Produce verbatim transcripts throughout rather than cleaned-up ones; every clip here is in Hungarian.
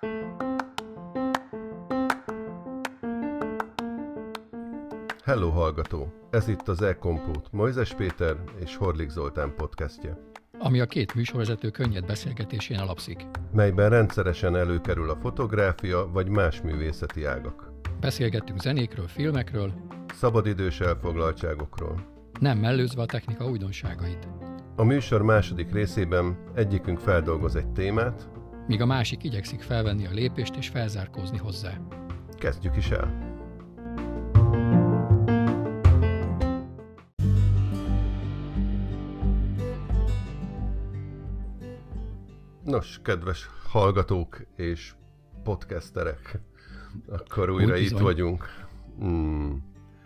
Hello hallgató! Ez itt az E-Kompót, Mojzes Péter és Horlik Zoltán podcastje, ami a két műsorvezető könnyed beszélgetésén alapszik, melyben rendszeresen előkerül a fotográfia vagy más művészeti ágak. Beszélgettünk zenékről, filmekről, Szabadidős elfoglaltságokról. Nem mellőzve a technika újdonságait. A műsor második részében egyikünk feldolgoz egy témát, míg a másik igyekszik felvenni a lépést és felzárkózni hozzá. Kezdjük is el! Nos, kedves hallgatók és podcasterek, akkor újra itt vagyunk. Hmm.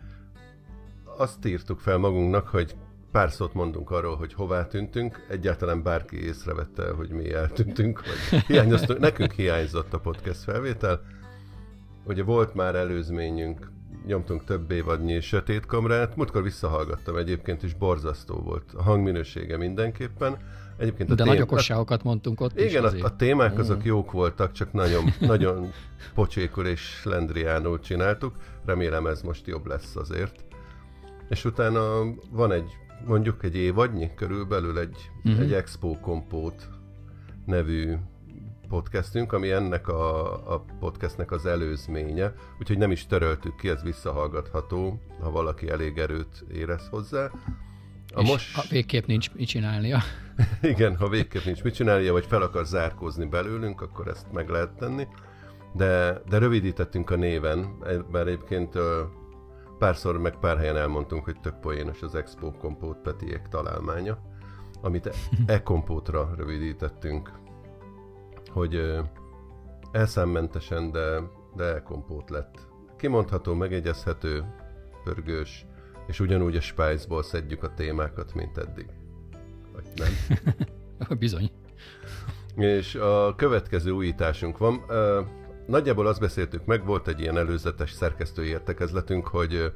Azt írtuk fel magunknak, hogy pár szót mondunk arról, hogy hová tűntünk. Egyáltalán bárki észrevette, hogy mi eltűntünk, vagy hiányoztunk. Nekünk hiányzott a podcast felvétel. Ugye volt már előzményünk, nyomtunk több évadnyi Sötét Kamrát, múltkor visszahallgattam egyébként, is borzasztó volt a hangminősége mindenképpen. Egyébként a De tém... nagy okosságokat mondtunk ott igen, is azért. Igen, a, a témák azok mm. jók voltak, csak nagyon, nagyon pocsékul és lendriánul csináltuk. Remélem ez most jobb lesz azért. És utána van egy, mondjuk egy évadnyi, körülbelül egy, mm-hmm. egy Expo Kompót nevű podcastünk, ami ennek a, a podcastnek az előzménye, úgyhogy nem is töröltük ki, ez visszahallgatható, ha valaki elég erőt érez hozzá. A és most... ha végképp nincs mit csinálnia. Igen, ha végképp nincs mit csinálnia, vagy fel akar zárkózni belőlünk, akkor ezt meg lehet tenni. De, de rövidítettünk a néven, mert egyébként párszor meg pár helyen elmondtunk, hogy tök poénos az Expo Kompót Petiék találmánya, amit E-Kompótra rövidítettünk, hogy elszámmentesen, de, de E-Kompót lett. Kimondható, megegyezhető, pörgős, és ugyanúgy a Spice-ból szedjük a témákat, mint eddig. Vagy nem? Bizony. És a következő újításunk van. Nagyjából azt beszéltük meg, volt egy ilyen előzetes szerkesztői értekezletünk, hogy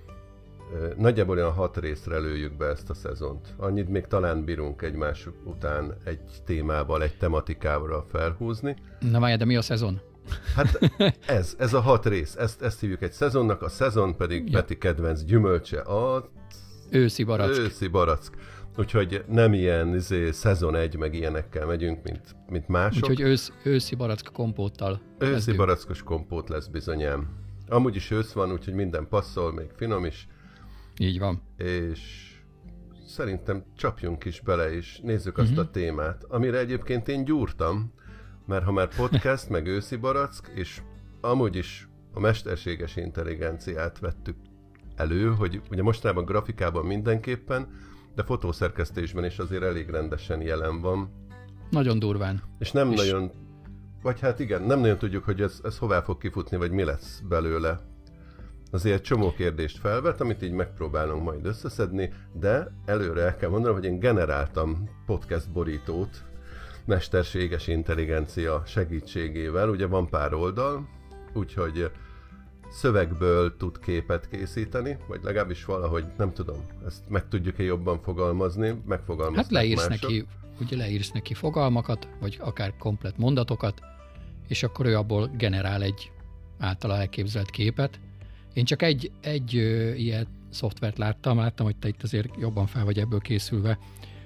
nagyjából olyan hat részre lőjük be ezt a szezont. Annyit még talán bírunk egymás után egy témával, egy tematikával felhúzni. Na várjál, de mi a szezon? Hát ez, ez a hat rész, ezt, ezt hívjuk egy szezonnak, a szezon pedig ja. Peti kedvenc gyümölcse a... Őszi barack. Őszi barack. Úgyhogy nem ilyen izé, szezon egy, meg ilyenekkel megyünk, mint, mint mások. Úgyhogy ősz, őszi barack kompóttal. Őszi barackos kompót lesz bizonyám. Amúgy is ősz van, úgyhogy minden passzol, még finom is. Így van. És szerintem csapjunk is bele, és nézzük azt uh-huh. a témát, amire egyébként én gyúrtam, mert ha már podcast, meg őszi barack, és amúgy is a mesterséges intelligenciát vettük elő, hogy ugye mostanában grafikában mindenképpen, de fotószerkesztésben is azért elég rendesen jelen van. Nagyon durván. És nem és... nagyon, vagy hát igen, nem nagyon tudjuk, hogy ez, ez hová fog kifutni, vagy mi lesz belőle. Azért csomó kérdést felvet, amit így megpróbálunk majd összeszedni, de előre el kell mondanom, hogy én generáltam podcast borítót, mesterséges intelligencia segítségével, ugye van pár oldal, úgyhogy szövegből tud képet készíteni, vagy legalábbis valahogy, nem tudom, ezt meg tudjuk-e jobban fogalmazni, megfogalmazták Hát leírsz mások. neki, ugye leírsz neki fogalmakat, vagy akár komplett mondatokat, és akkor ő abból generál egy általa elképzelt képet. Én csak egy, egy ö, ilyen szoftvert láttam, láttam, hogy te itt azért jobban fel vagy ebből készülve,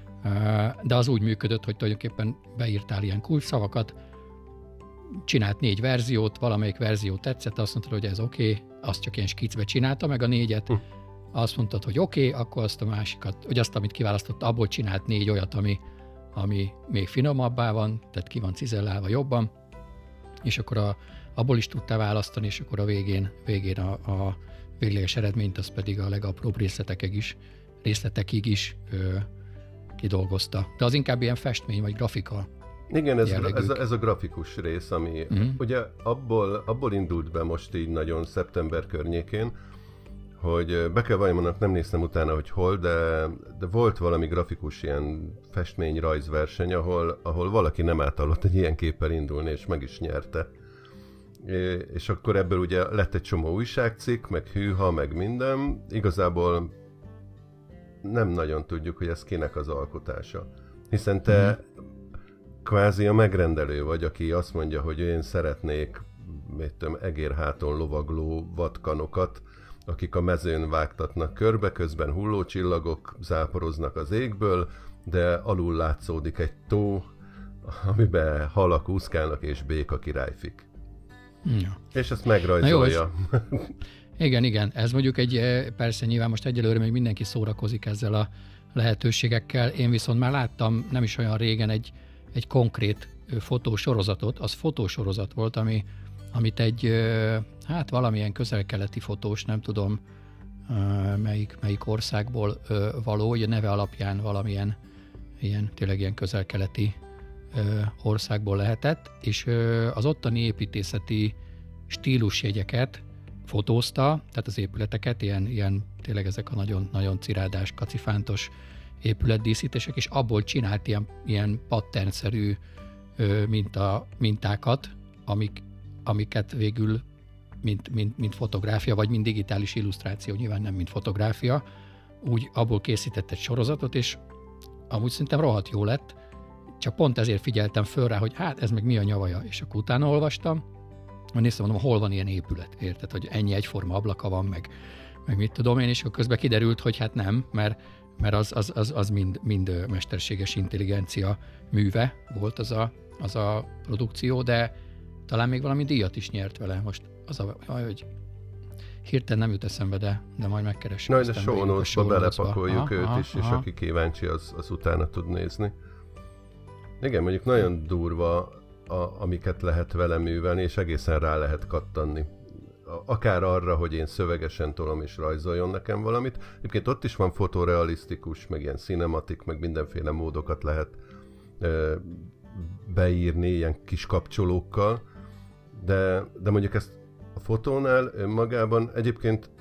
de az úgy működött, hogy tulajdonképpen beírtál ilyen kulcsszavakat, csinált négy verziót, valamelyik verzió tetszett, azt mondtad, hogy ez oké, okay, azt csak ilyen skicbe csinálta meg a négyet, hm. azt mondtad, hogy oké, okay, akkor azt a másikat, hogy azt, amit kiválasztott, abból csinált négy olyat, ami, ami még finomabbá van, tehát ki van cizellálva jobban, és akkor a, abból is tudtál választani, és akkor a végén, végén a, a végleges eredményt, az pedig a legapróbb részletekig is, részletekig is ö, kidolgozta. De az inkább ilyen festmény vagy grafika. Igen, ez, ez, a, ez a grafikus rész, ami uh-huh. ugye abból, abból indult be most így nagyon szeptember környékén, hogy be kell valamit, nem néztem utána, hogy hol, de, de volt valami grafikus ilyen festmény-rajzverseny, ahol, ahol valaki nem átallott egy ilyen képpel indulni, és meg is nyerte. És akkor ebből ugye lett egy csomó újságcikk, meg hűha, meg minden. Igazából nem nagyon tudjuk, hogy ez kinek az alkotása. Hiszen te, mm. kvázi a megrendelő vagy, aki azt mondja, hogy én szeretnék, mit tudom, egérháton lovagló vadkanokat, akik a mezőn vágtatnak körbe, közben hullócsillagok záporoznak az égből, de alul látszódik egy tó, amiben halak úszkálnak és béka királyfik. Ja. És ezt megrajzolja. Jó, ez... Igen, igen. Ez mondjuk egy, persze nyilván most egyelőre még mindenki szórakozik ezzel a lehetőségekkel. Én viszont már láttam nem is olyan régen egy, egy konkrét fotósorozatot. Az fotósorozat volt, ami, amit egy, hát valamilyen közel-keleti fotós, nem tudom melyik, melyik országból való, ugye neve alapján valamilyen ilyen, tényleg ilyen közel-keleti országból lehetett, és az ottani építészeti stílusjegyeket fotózta, tehát az épületeket, ilyen, ilyen tényleg ezek a nagyon, nagyon cirádás, kacifántos épületdíszítések, és abból csinált ilyen, ilyen patternszerű minta, mintákat, amik, amiket végül mint, mint, mint fotográfia, vagy mint digitális illusztráció, nyilván nem mint fotográfia, úgy abból készített egy sorozatot, és amúgy szerintem rohadt jó lett, csak pont ezért figyeltem föl rá, hogy hát ez meg mi a nyavaja, és akkor utána olvastam, hogy néztem, mondom, hol van ilyen épület, érted, hogy ennyi egyforma ablaka van, meg, meg mit tudom én, és akkor közben kiderült, hogy hát nem, mert, mert az, az, az, az mind, mind mesterséges intelligencia műve volt az a, az a produkció, de talán még valami díjat is nyert vele. Most az a, hogy hirtelen nem jut eszembe, de, de majd megkeresem. Na, de show notes-ba belepakoljuk őt aha, is, aha. és aki kíváncsi, az, az utána tud nézni. Igen, mondjuk nagyon durva, a, amiket lehet vele művelni, és egészen rá lehet kattanni. Akár arra, hogy én szövegesen tolom és rajzoljon nekem valamit. Egyébként ott is van fotorealisztikus, meg ilyen cinematik, meg mindenféle módokat lehet ö, beírni ilyen kis kapcsolókkal, de, de mondjuk ezt a fotónál önmagában egyébként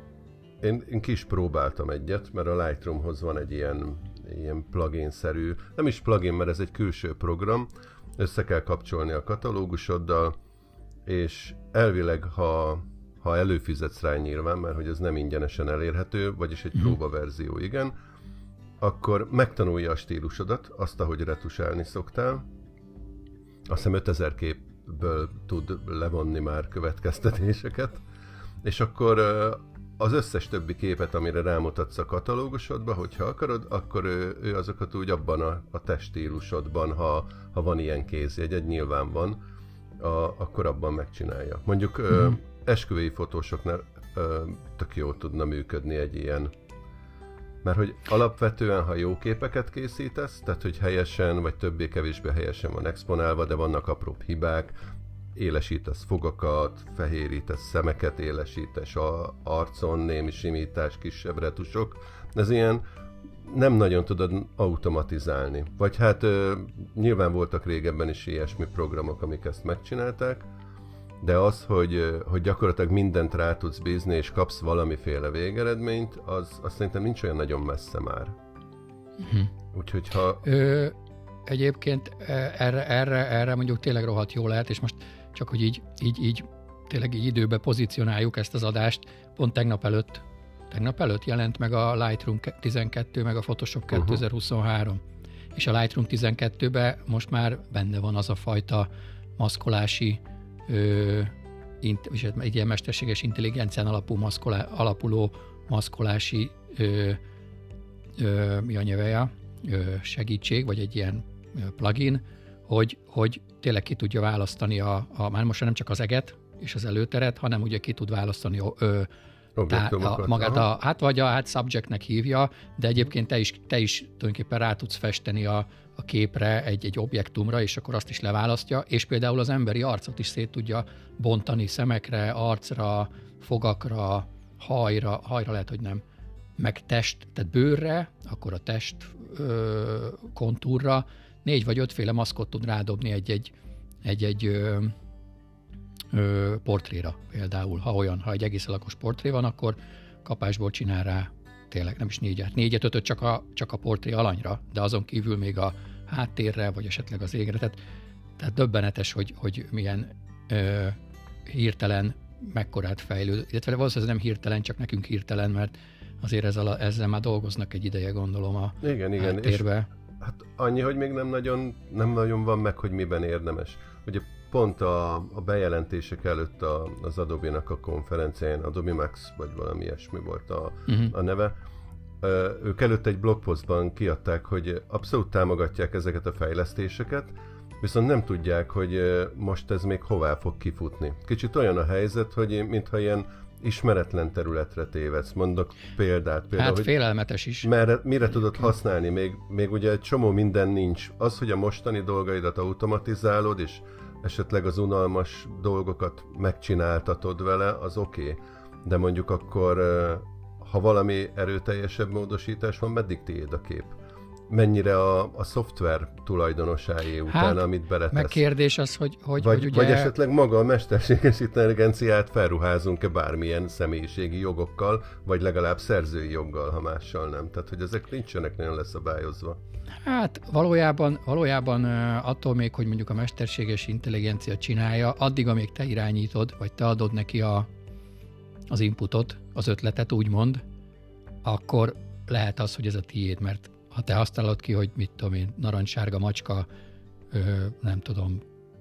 én, én ki is próbáltam egyet, mert a Lightroomhoz van egy ilyen, ilyen plugin-szerű, nem is plugin, mert ez egy külső program, össze kell kapcsolni a katalógusoddal, és elvileg, ha, ha előfizetsz rá nyilván, mert hogy ez nem ingyenesen elérhető, vagyis egy próbaverzió, igen, akkor megtanulja a stílusodat, azt, ahogy retusálni szoktál. Azt hiszem ötezer képből tud levonni már következtetéseket, és akkor az összes többi képet, amire rámutatsz a katalógusodba, hogyha akarod, akkor ő, ő azokat úgy abban a, a te stílusodban, ha, ha van ilyen kézjegyed, nyilván van, a, akkor abban megcsinálja. Mondjuk mm. ö, esküvői fotósoknál ö, tök jól tudna működni egy ilyen, mert hogy alapvetően, ha jó képeket készítesz, tehát hogy helyesen, vagy többé-kevésbé helyesen van exponálva, de vannak apróbb hibák, élesítesz fogakat, fehérítesz szemeket, élesítesz a arcon, némi simítás, kisebb retusok. Ez ilyen nem nagyon tudod automatizálni. Vagy hát ö, nyilván voltak régebben is ilyesmi programok, amik ezt megcsinálták, de az, hogy, hogy gyakorlatilag mindent rá tudsz bízni, és kapsz valamiféle végeredményt, az, az szerintem nincs olyan nagyon messze már. Uh-huh. Úgyhogy ha... Ö, egyébként erre, erre, erre mondjuk tényleg rohadt jó lehet, és most csak, hogy így, így, így tényleg így időbe pozícionáljuk ezt az adást, pont tegnap előtt, tegnap előtt jelent meg a Lightroom tizenkettő, meg a Photoshop kétezer-huszonhárom. Uh-huh. És a Lightroom tizenkettőben most már benne van az a fajta maszkolási, ö, int, egy ilyen mesterséges intelligencián alapú maszkolá, alapuló maszkolási ö, ö, mi a nyeveje, ö, segítség, vagy egy ilyen plugin, hogy, hogy tényleg ki tudja választani a, a, már most nem csak az eget és az előteret, hanem ugye ki tud választani ö, tá, a, magát a, hát vagy a hát subjectnek hívja, de egyébként te is, te is tulajdonképpen rá tudsz festeni a, a képre egy, egy objektumra, és akkor azt is leválasztja, és például az emberi arcot is szét tudja bontani szemekre, arcra, fogakra, hajra, hajra lehet, hogy nem, meg test, tehát bőrre, akkor a test ö, kontúrra, négy vagy ötféle maszkot tud rádobni egy-egy, egy-egy ö, ö, portréra például. Ha olyan, ha egy egész alakos portré van, akkor kapásból csinál rá tényleg nem is négyet, négyet, ötöt csak a, csak a portré alanyra, de azon kívül még a háttérre, vagy esetleg az égre. Tehát, tehát döbbenetes, hogy, hogy milyen ö, hirtelen mekkorát fejlőd, illetve valószínűleg nem hirtelen, csak nekünk hirtelen, mert azért ezzel, ezzel már dolgoznak egy ideje, gondolom, a igen, igen. háttérbe. Hát annyi, hogy még nem nagyon, nem nagyon van meg, hogy miben érdemes. Ugye pont a, a bejelentések előtt a, az Adobe-nak a konferencián, Adobe Max, vagy valami ilyesmi volt a, uh-huh. a neve, ők előtt egy blogpostban kiadták, hogy abszolút támogatják ezeket a fejlesztéseket, viszont nem tudják, hogy most ez még hová fog kifutni. Kicsit olyan a helyzet, hogy mintha ilyen ismeretlen területre tévedsz. Mondok példát. Például, hát hogy félelmetes is. Merre, mire tudod használni? Még, még ugye egy csomó minden nincs. Az, hogy a mostani dolgaidat automatizálod, és esetleg az unalmas dolgokat megcsináltatod vele, az oké. Okay. De mondjuk akkor, ha valami erőteljesebb módosítás van, meddig tiéd a kép? Mennyire a, a szoftver tulajdonosáé utána, hát, amit beletesz. Meg kérdés az, hogy, hogy, vagy, hogy ugye... vagy esetleg maga a mesterséges intelligenciát felruházunk-e bármilyen személyiségi jogokkal, vagy legalább szerzői joggal, ha mással nem. Tehát, hogy ezek nincsenek nagyon leszabályozva. Hát valójában, valójában attól még, hogy mondjuk a mesterséges intelligencia csinálja, addig, amíg te irányítod, vagy te adod neki a, az inputot, az ötletet úgymond, akkor lehet az, hogy ez a tiéd, mert ha te azt állod ki, hogy mit tudom én, narancssárga macska, ö, nem tudom,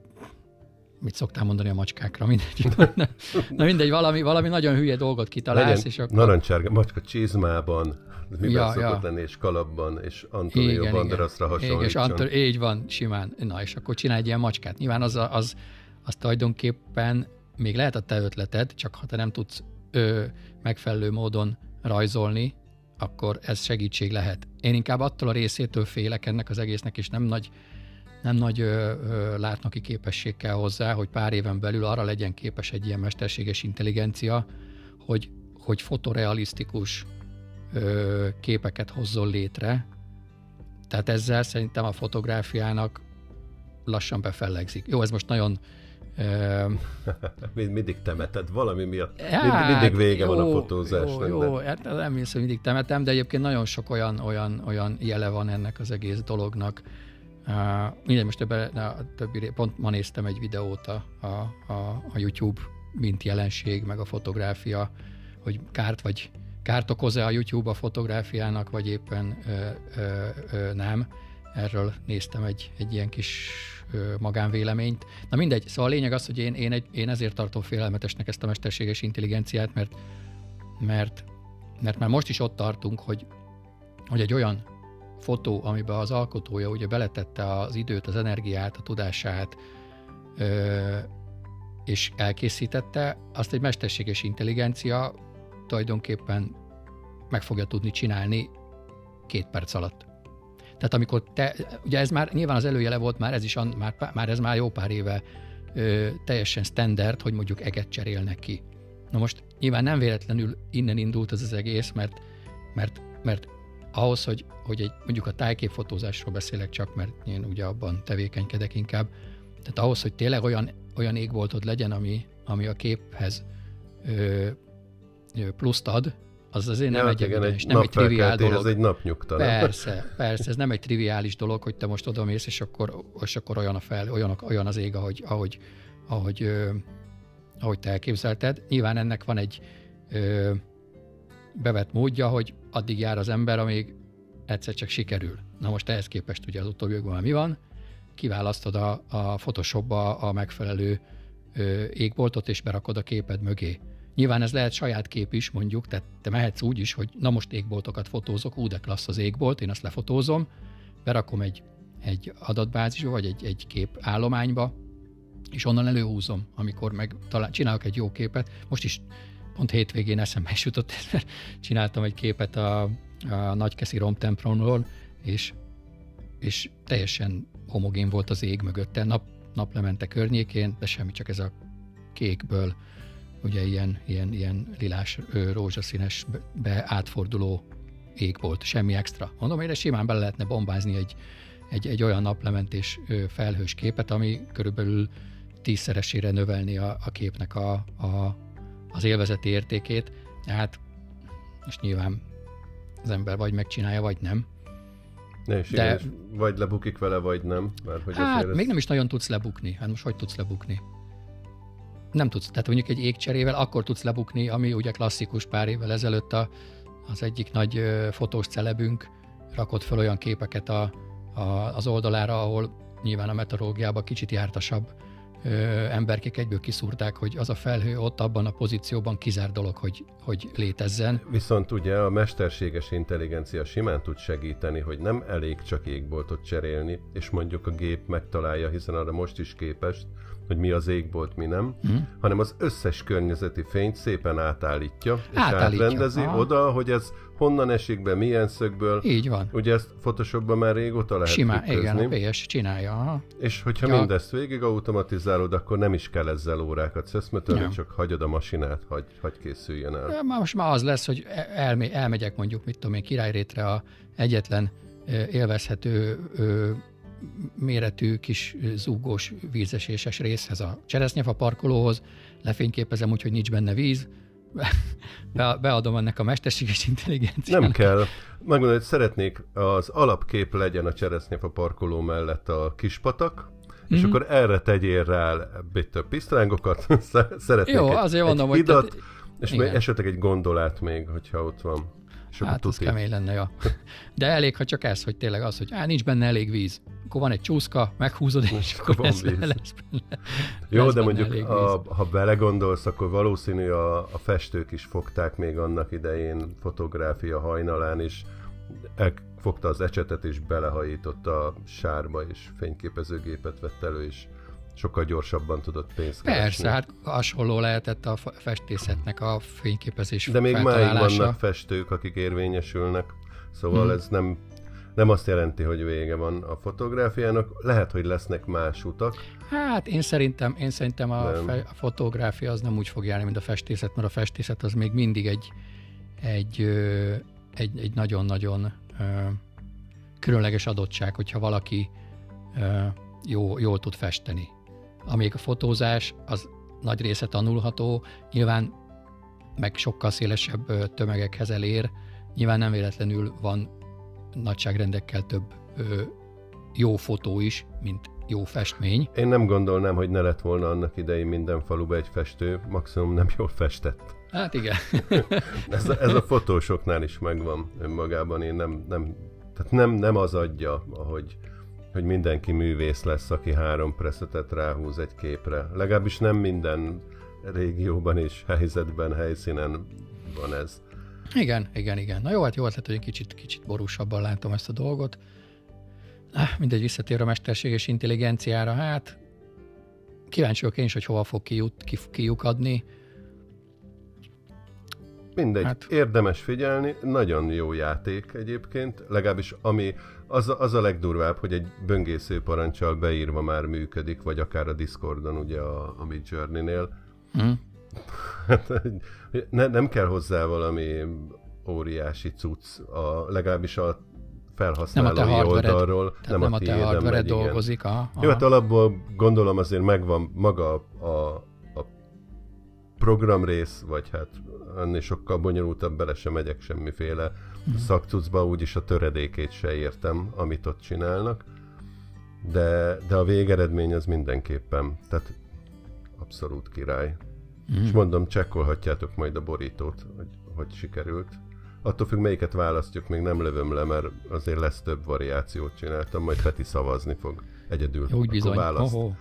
mit szoktál mondani a macskákra, mindegy. Na mindegy, valami, valami nagyon hülye dolgot kitalálsz, legyen és akkor... narancssárga macska csizmában, miben ja, szokott ja. lenni, és kalapban, és Antonio igen, Banderasra hasonlítson. És Anton, így van, simán. Na, és akkor csinálj egy ilyen macskát. Nyilván az, az, az tulajdonképpen még lehet a te ötleted, csak ha te nem tudsz ö, megfelelő módon rajzolni, akkor ez segítség lehet. Én inkább attól a részétől félek ennek az egésznek, és nem nagy, nem nagy ö, ö, látnoki képesség kell hozzá, hogy pár éven belül arra legyen képes egy ilyen mesterséges intelligencia, hogy, hogy fotorealisztikus ö, képeket hozzon létre. Tehát ezzel szerintem a fotográfiának lassan befellegzik. Jó, ez most nagyon... Uh, mindig temeted, valami miatt. Hát, mindig vége jó, van a fotózásnak. Jó, jó, hát nem hiszem, hogy mindig temetem, de egyébként nagyon sok olyan, olyan, olyan jele van ennek az egész dolognak. Uh, mindegy, most ebben a többi, pont ma néztem egy videót a, a, a, a YouTube, mint jelenség, meg a fotográfia, hogy kárt vagy kárt okoz-e a YouTube a fotográfiának, vagy éppen ö, ö, ö, nem. Erről néztem egy, egy ilyen kis ö, magánvéleményt. Na mindegy, szóval a lényeg az, hogy én, én, egy, én ezért tartom félelmetesnek ezt a mesterséges intelligenciát, mert, mert, mert már most is ott tartunk, hogy, hogy egy olyan fotó, amiben az alkotója ugye beletette az időt, az energiát, a tudását, ö, és elkészítette, azt egy mesterséges intelligencia tulajdonképpen meg fogja tudni csinálni két perc alatt. Tehát amikor te, ugye ez már nyilván az előjele volt, már ez is, már, már ez már jó pár éve ö, teljesen standard, hogy mondjuk eget cserélnek ki. Na most nyilván nem véletlenül innen indult ez az egész, mert, mert, mert ahhoz, hogy, hogy egy, mondjuk a tájképfotózásról beszélek csak, mert én ugye abban tevékenykedek inkább, tehát ahhoz, hogy tényleg olyan, olyan égboltod legyen, ami, ami a képhez ö, ö, pluszt ad, az azért nem ja, egy evidens, nem egy triviál dolog. Ez egy napnyugta. Persze, persze, ez nem egy triviális dolog, hogy te most odamész, és akkor, és akkor olyan, a fel, olyan, olyan az ég, ahogy, ahogy, ahogy, ö, ahogy te elképzelted. Nyilván ennek van egy ö, bevett módja, hogy addig jár az ember, amíg egyszer csak sikerül. Na most ehhez képest ugye az utóbbiakban mi van? Kiválasztod a, a Photoshopba a megfelelő ö, égboltot, és berakod a képed mögé. Nyilván ez lehet saját kép is, mondjuk, tehát te mehetsz úgy is, hogy na most égboltokat fotózok, ú, de klassz az égbolt, én azt lefotózom, berakom egy, egy adatbázisba, vagy egy, egy kép állományba, és onnan előhúzom, amikor meg talán csinálok egy jó képet. Most is pont hétvégén eszembe is jutott, mert csináltam egy képet a, a nagykeszi romtemplomról, és, és teljesen homogén volt az ég mögötte, nap, naplemente környékén, de semmi, csak ez a kékből ugye ilyen, ilyen, ilyen lilás, rózsaszínes be átforduló ég volt, semmi extra. Mondom, hogy simán bele lehetne bombázni egy, egy, egy olyan naplementés felhős képet, ami körülbelül tízszeresére növelni a, a képnek a, a, az élvezeti értékét. Hát most nyilván az ember vagy megcsinálja, vagy nem. Ne, és de, igen, vagy lebukik vele, vagy nem. Mert, hogy hát ez... még nem is nagyon tudsz lebukni. Hát most hogy tudsz lebukni? Nem tudsz. Tehát mondjuk egy égcserével akkor tudsz lebukni, ami ugye klasszikus pár évvel ezelőtt a, az egyik nagy ö, fotós celebünk rakott fel olyan képeket a, a, az oldalára, ahol nyilván a meteorológiában kicsit jártasabb ö, emberkék egyből kiszúrták, hogy az a felhő ott abban a pozícióban kizár dolog, hogy, hogy létezzen. Viszont ugye a mesterséges intelligencia simán tud segíteni, hogy nem elég csak égboltot cserélni, és mondjuk a gép megtalálja, hiszen arra most is képes, hogy mi az égbolt, mi nem, hmm. hanem az összes környezeti fényt szépen átállítja, és átállítja. átrendezi Aha. oda, hogy ez honnan esik be, milyen szögből. Így van. Ugye ezt Photoshopban már régóta lehet Simán, igen, a pé es csinálja. Aha. És hogyha ja. mindezt végig automatizálod, akkor nem is kell ezzel órákat szeszmetölni, ja. csak hagyod a masinát, hagy, hagy készüljön el. Ja, most már az lesz, hogy elme, elmegyek mondjuk, mit tudom én, Királyrétre a egyetlen élvezhető méretű kis zúgós vízeséses részhez, a Cseresznyefa parkolóhoz, lefényképezem úgy, hogy nincs benne víz, Be, beadom ennek a mesterséges intelligenciának. Nem kell. Megmondom, hogy szeretnék, az alapkép legyen a Cseresznyefa parkoló mellett a kispatak, mm-hmm. és akkor erre tegyél rá több pisztrángokat, szeretnék Jó, egy, azért mondom, egy hidat, hogy és még esetleg egy gondolát még, hogyha ott van. És hát az kemény lenne, ja. De elég, ha csak ez, hogy tényleg az, hogy á, nincs benne elég víz. Akkor van egy csúszka, meghúzod, és akkor lesz, lesz benne. Jó, lesz de benne mondjuk, a, ha belegondolsz, akkor valószínű a, a festők is fogták még annak idején fotográfia hajnalán is. Elfogta az ecsetet, és belehajította a sárba, és fényképezőgépet vett elő, és sokkal gyorsabban tudott pénzt keresni. Persze, hát hasonló lehetett a festészetnek a fényképezés de még máig vannak festők, akik érvényesülnek, szóval hmm. ez nem, nem azt jelenti, hogy vége van a fotográfiának. Lehet, hogy lesznek más utak. Hát én szerintem, én szerintem a, fe, a fotográfia az nem úgy fog járni, mint a festészet, mert a festészet az még mindig egy, egy, egy, egy nagyon-nagyon különleges adottság, hogyha valaki jó, jól tud festeni. Amíg a fotózás, az nagy része tanulható, nyilván meg sokkal szélesebb tömegekhez elér, nyilván nem véletlenül van nagyságrendekkel több ö, jó fotó is, mint jó festmény. Én nem gondolnám, hogy ne lett volna annak idején minden faluba egy festő, maximum nem jól festett. Hát igen. ez, a, ez a fotósoknál is megvan önmagában, én nem, nem, tehát nem, nem az adja, ahogy hogy mindenki művész lesz, aki három preszetet ráhúz egy képre. Legalábbis nem minden régióban és helyzetben, helyszínen van ez. Igen, igen, igen. Na jó, hát jó ötlet, hogy egy kicsit, kicsit borúsabban látom ezt a dolgot. Ah, mindegy, visszatér a mesterséges intelligenciára. Hát kíváncsi vagyok én is, hogy hova fog kijut, kijukadni. Mindegy, hát. Érdemes figyelni, nagyon jó játék egyébként, legalábbis ami az, az a legdurvább, hogy egy böngésző parancsal beírva már működik, vagy akár a Discordon, ugye a, a Midjourney-nél. Mm. ne, nem kell hozzá valami óriási cucc, a, legalábbis a felhasználói oldalról. Nem, nem a te hardvered dolgozik. Aha, aha. Jó, hát alapból gondolom azért megvan maga a, a programrész, vagy hát ennél sokkal bonyolultabb, bele sem megyek semmiféle mm. szakcucba, úgyis a töredékét se értem, amit ott csinálnak, de, de a végeredmény az mindenképpen, tehát abszolút király. Mm. És mondom, csekkolhatjátok majd a borítót, hogy, hogy sikerült. Attól függ, melyiket választjuk, még nem lövöm le, mert azért lesz több variációt csináltam, majd Peti szavazni fog egyedül. Úgy bizony. Választ. Oh, oh.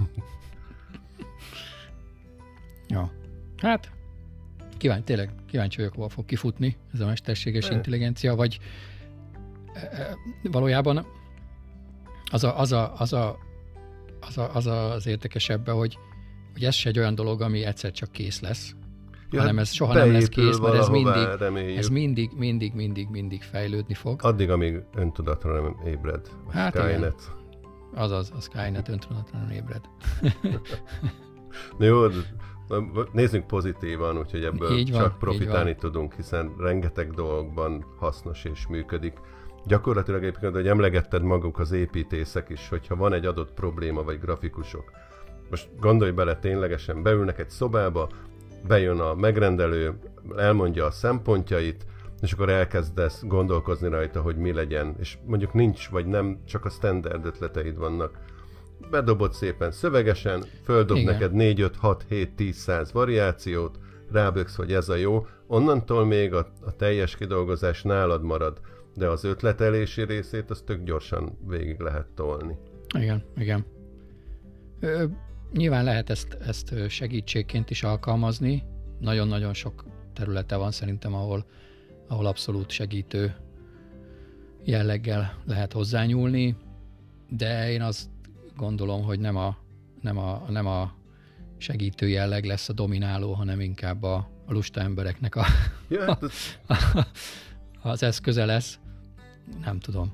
Ja. Hát, kíváncsi, tényleg kíváncsi vagyok, hova fog kifutni ez a mesterséges e. intelligencia, vagy e, valójában az, a, az, a, az, a, az, a, az a, az érdekesebb, hogy, hogy ez se egy olyan dolog, ami egyszer csak kész lesz, ja, hanem ez soha nem lesz kész, mert ez mindig, ez mindig, mindig, mindig, mindig fejlődni fog. Addig, amíg öntudatra nem ébred. Hát Skynet. Igen. Azaz, a Skynet öntudatra nem ébred. Jó, nézzünk pozitívan, úgyhogy ebből így csak van, profitálni tudunk, hiszen rengeteg dolgokban hasznos és működik. Gyakorlatilag egyébként, hogy emlegetted maguk az építészek is, hogyha van egy adott probléma, vagy grafikusok. Most gondolj bele, ténylegesen beülnek egy szobába, bejön a megrendelő, elmondja a szempontjait, és akkor elkezdesz gondolkozni rajta, hogy mi legyen, és mondjuk nincs, vagy nem, csak a standard ötleteid vannak. Bedobod szépen szövegesen, földob Igen. neked négy, öt, hat, hét, tíz, száz variációt, ráböksz, hogy ez a jó, onnantól még a, a teljes kidolgozás nálad marad. de az ötletelési részét azt tök gyorsan végig lehet tolni. Igen, igen. Ö, nyilván lehet ezt, ezt segítségként is alkalmazni. Nagyon-nagyon sok területe van szerintem, ahol, ahol abszolút segítő jelleggel lehet hozzányúlni, de én azt gondolom, hogy nem a, nem a, nem a segítő jelleg lesz a domináló, hanem inkább a, a lusta embereknek a, Ja, a, a, az eszköze lesz. Nem tudom.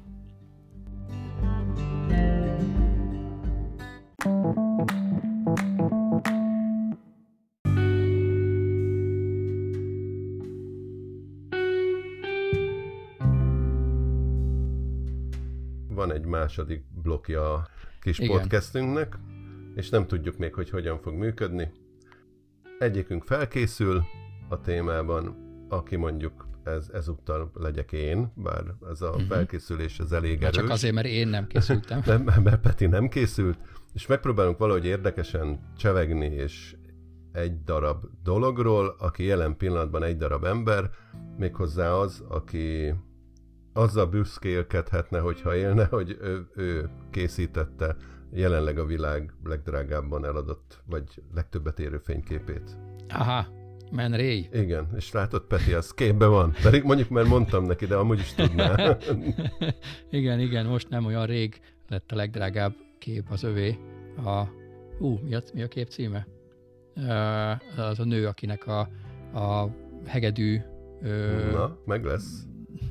Van egy második blokja a kis Igen. podcastünknek, és nem tudjuk még, hogy hogyan fog működni. Egyikünk felkészül a témában, aki mondjuk ez, ezúttal legyek én, bár ez a uh-huh. felkészülés az elég Már erős. csak azért, mert én nem készültem. Nem, mert Peti nem készült, és megpróbálunk valahogy érdekesen csevegni, és egy darab dologról, aki jelen pillanatban egy darab ember, méghozzá az, aki azzal büszkélkedhetne, hogyha élne, hogy ő, ő készítette jelenleg a világ legdrágábban eladott, vagy legtöbbet érő fényképét. Aha, Man Ray. Igen, és látod, Peti, az képben van. Pedig mondjuk már mondtam neki, de amúgy is tudná. Igen, igen, most nem olyan rég lett a legdrágább kép az övé. A, ú, mi a, mi a kép címe? Uh, az a nő, akinek a, a hegedű... Uh, Na, meg lesz.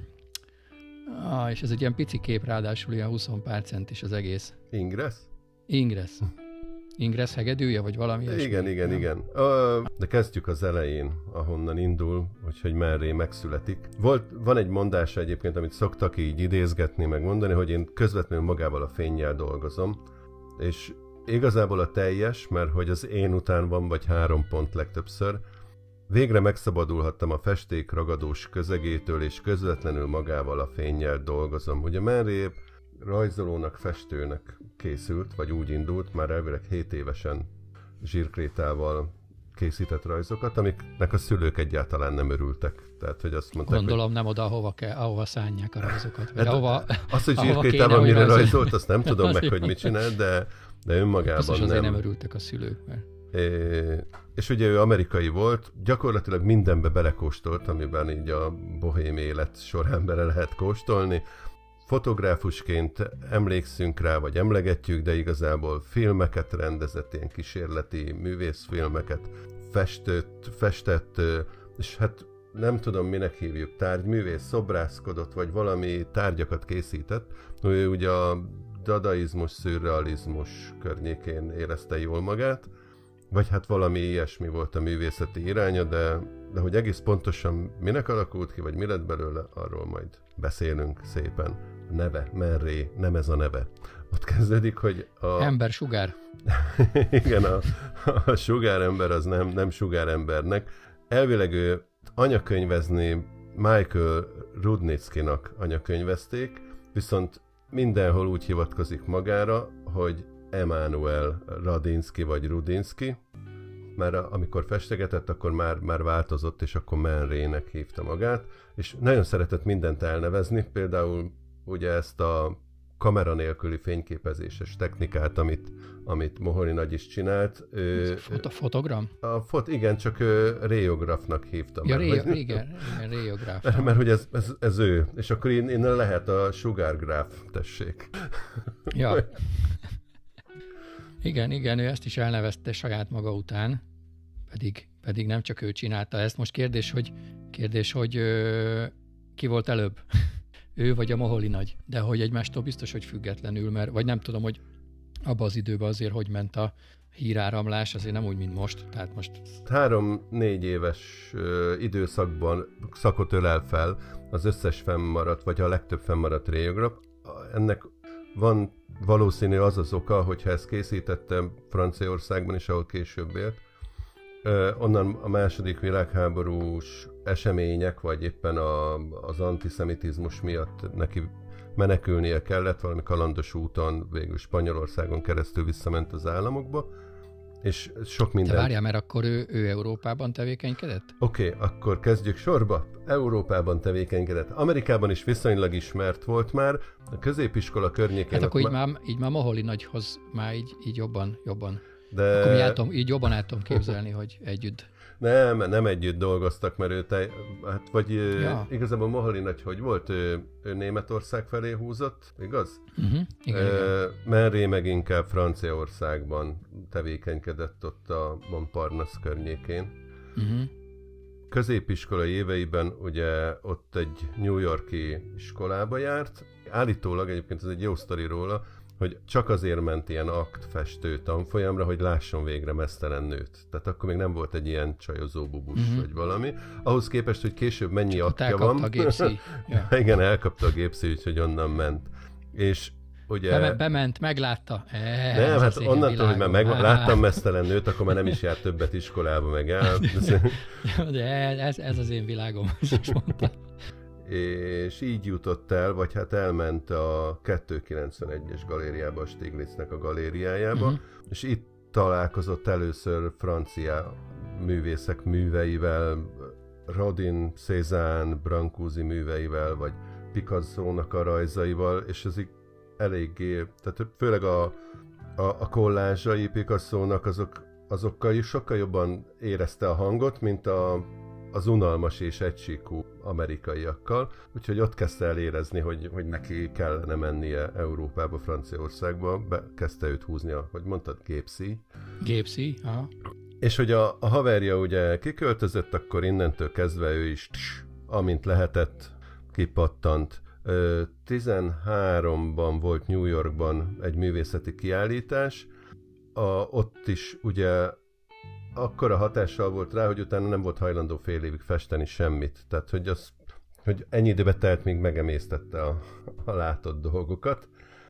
Ah, és ez egy ilyen pici kép, ráadásul ilyen húsz pár centis az egész. Ingress? Ingress. Ingress hegedűje, vagy valami Igen, ilyesmi? igen, Nem? igen. Uh, de kezdjük az elején, ahonnan indul, úgyhogy Man Ray megszületik. Volt, van egy mondása egyébként, amit szoktak így idézgetni, meg mondani, hogy én közvetlenül magával a fénnyel dolgozom, és igazából a teljes, mert hogy az én után van vagy három pont legtöbbször, végre megszabadulhattam a festék ragadós közegétől, és közvetlenül magával a fénnyel dolgozom. Ugye Man Ray rajzolónak, festőnek készült, vagy úgy indult, már elvileg hét évesen zsírkrétával készített rajzokat, amiknek a szülők egyáltalán nem örültek. Tehát, hogy azt mondták, Gondolom hogy... nem oda, ahova, kell, ahova szánják a rajzokat. Vagy Hát, ahova, azt, hogy ahova zsírkrétával kéne, mire hogy rajzolt, azt nem tudom meg, Azért hogy mit csinál, de, de önmagában biztos nem. azért nem örültek a szülők. Mert... É, és ugye ő amerikai volt, gyakorlatilag mindenbe belekóstolt, amiben így a bohém élet során bele lehet kóstolni. Fotográfusként emlékszünk rá, vagy emlegetjük, de igazából filmeket rendezett, ilyen kísérleti művészfilmeket, festett, festett, és hát nem tudom, minek hívjuk, tárgyművész, szobrászkodott, vagy valami tárgyakat készített. Ő ugye a dadaizmus, szürrealizmus környékén érezte jól magát, vagy hát valami ilyesmi volt a művészeti iránya, de, de hogy egész pontosan minek alakult ki, vagy mi lett belőle, arról majd beszélünk szépen. A neve, Man Ray, nem ez a neve. Ott kezdődik, hogy a... Ember sugár. Igen, a, a sugárember az nem, nem sugárembernek. Elvileg ő anyakönyvezni Michael Rudnickinak anyakönyvezték, viszont mindenhol úgy hivatkozik magára, hogy Emanuel Radinsky vagy Rudinsky. Már a, amikor festegetett, akkor már, már változott, és akkor Man Ray-nek hívta magát, és nagyon szeretett mindent elnevezni, például ugye ezt a kamera nélküli fényképezéses technikát, amit, amit Moholy Nagy is csinált. Ő, Fot- a fotogram? A fot, igen, csak ő rayografnak hívta. Ja, már, ré- vagy... igen, igen, rayograf. Mert, mert hogy ez, ez, ez ő, és akkor innen lehet a sugárgráf, tessék. Ja. Igen, igen, ő ezt is elnevezte saját maga után, pedig, pedig nem csak ő csinálta ezt. Most kérdés, hogy, kérdés, hogy ö, ki volt előbb? Ő vagy a Moholy Nagy? De hogy egymástól biztos, hogy függetlenül, mert vagy nem tudom, hogy abban az időben azért, hogy ment a híráramlás, azért nem úgy, mint most. Tehát most... Három-négy éves ö, időszakban szakot ölel fel az összes fennmaradt, vagy a legtöbb fennmaradt rayograf. Ennek van valószínű az az oka, hogyha ezt készítettem Franciaországban is, ahol később élt. Ö, onnan a második világháborús események, vagy éppen a, az antiszemitizmus miatt neki menekülnie kellett, valami kalandos úton végül Spanyolországon keresztül visszament az államokba, és sok De minden... várjál, mert akkor ő, ő Európában tevékenykedett? Oké, okay, akkor kezdjük sorba. Európában tevékenykedett. Amerikában is viszonylag ismert volt már, a középiskola környékén... Hát akkor így, ma... már, így már Moholi nagyhoz már így, így jobban, jobban. De... Akkor így, tudom, így jobban el tudom képzelni, hogy együtt. Nem, nem együtt dolgoztak, mert ő te, hát vagy Ja. igazából Moholi nagy, hogy volt, ő, ő Németország felé húzott, igaz? Uh-huh. Igen, e, igen. Merré meg inkább Franciaországban tevékenykedett ott a Montparnasse környékén. Uh-huh. Középiskolai éveiben ugye ott egy New York-i iskolába járt. Állítólag egyébként ez egy jó sztori róla, hogy csak azért ment ilyen aktfestő tanfolyamra, hogy lásson végre meztelen nőt. Tehát akkor még nem volt egy ilyen csajozó bubus, uh-huh. vagy valami. Ahhoz képest, hogy később mennyi csak aktja van. a gépszíj. Ja. Igen, elkapta a gépszíj, úgyhogy onnan ment. És ugye... Be, bement, meglátta. E, nem, hát onnantól, hogy már meg, ah. láttam meztelen nőt, akkor már nem is járt többet iskolába, meg el. De ez, ez az én világom, is mondta. És így jutott el, vagy hát elment a kétszázkilencvenegyes galériába, a Stiglitznek a galériájába, uh-huh. és itt találkozott először francia művészek műveivel, Rodin, Cézanne, Brancusi műveivel, vagy Picasso-nak a rajzaival, és ez így eléggé, tehát főleg a, a, a kollázsai Picasso-nak azok, azokkal is sokkal jobban érezte a hangot, mint a az unalmas és egysíkú amerikaiakkal, úgyhogy ott kezdte el érezni, hogy, hogy neki kellene mennie Európába, Franciaországba, be kezdte őt húzni, hogy mondtad, gépszíj. Gépszíj, aha. És hogy a, a haverja ugye kiköltözött, akkor innentől kezdve ő is, tss, amint lehetett, kipattant. tizenháromban volt New Yorkban egy művészeti kiállítás, a, ott is ugye akkora hatással volt rá, hogy utána nem volt hajlandó fél évig festeni semmit. Tehát, hogy, az, hogy ennyi időbe telt, míg megemésztette a, a látott dolgokat.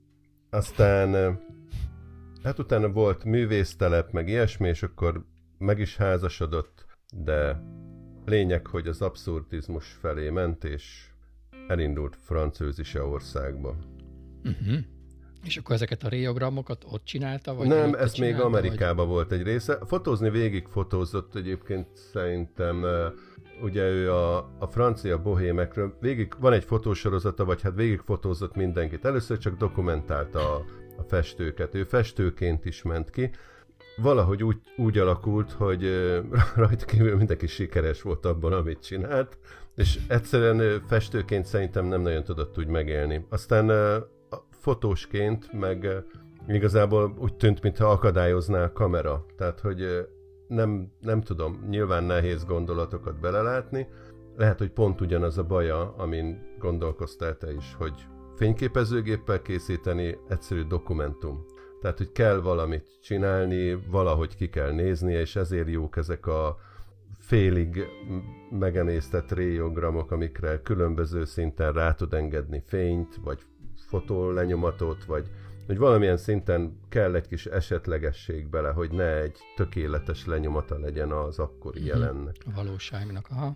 Aztán, hát utána volt művésztelep, meg ilyesmi, és akkor meg is házasodott, de lényeg, hogy az abszurdizmus felé ment, és elindult Francőzise országba. Uh-huh. És akkor ezeket a réogramokat ott csinálta? Vagy nem, ott ez csinálta, még Amerikában vagy... volt egy része. Fotózni végig fotózott egyébként szerintem, ugye ő a, a francia bohémekről, végig van egy fotósorozata, vagy hát végig fotózott mindenkit. Először csak dokumentálta a, a festőket. Ő festőként is ment ki. Valahogy úgy, úgy alakult, hogy rajta kívül mindenki sikeres volt abban, amit csinált, és egyszerűen festőként szerintem nem nagyon tudott úgy megélni. Aztán fotósként meg igazából úgy tűnt, mintha akadályozná a kamera. Tehát, hogy nem, nem tudom, nyilván nehéz gondolatokat belelátni. Lehet, hogy pont ugyanaz a baja, amin gondolkoztál te is, hogy fényképezőgéppel készíteni egyszerű dokumentum. Tehát, hogy kell valamit csinálni, valahogy ki kell néznie, és ezért jók ezek a félig megemésztett réogramok, amikre különböző szinten rá tud engedni fényt, vagy fotólenyomatot, vagy hogy valamilyen szinten kell egy kis esetlegesség bele, hogy ne egy tökéletes lenyomata legyen az akkori jelennek. A valóságnak, aha.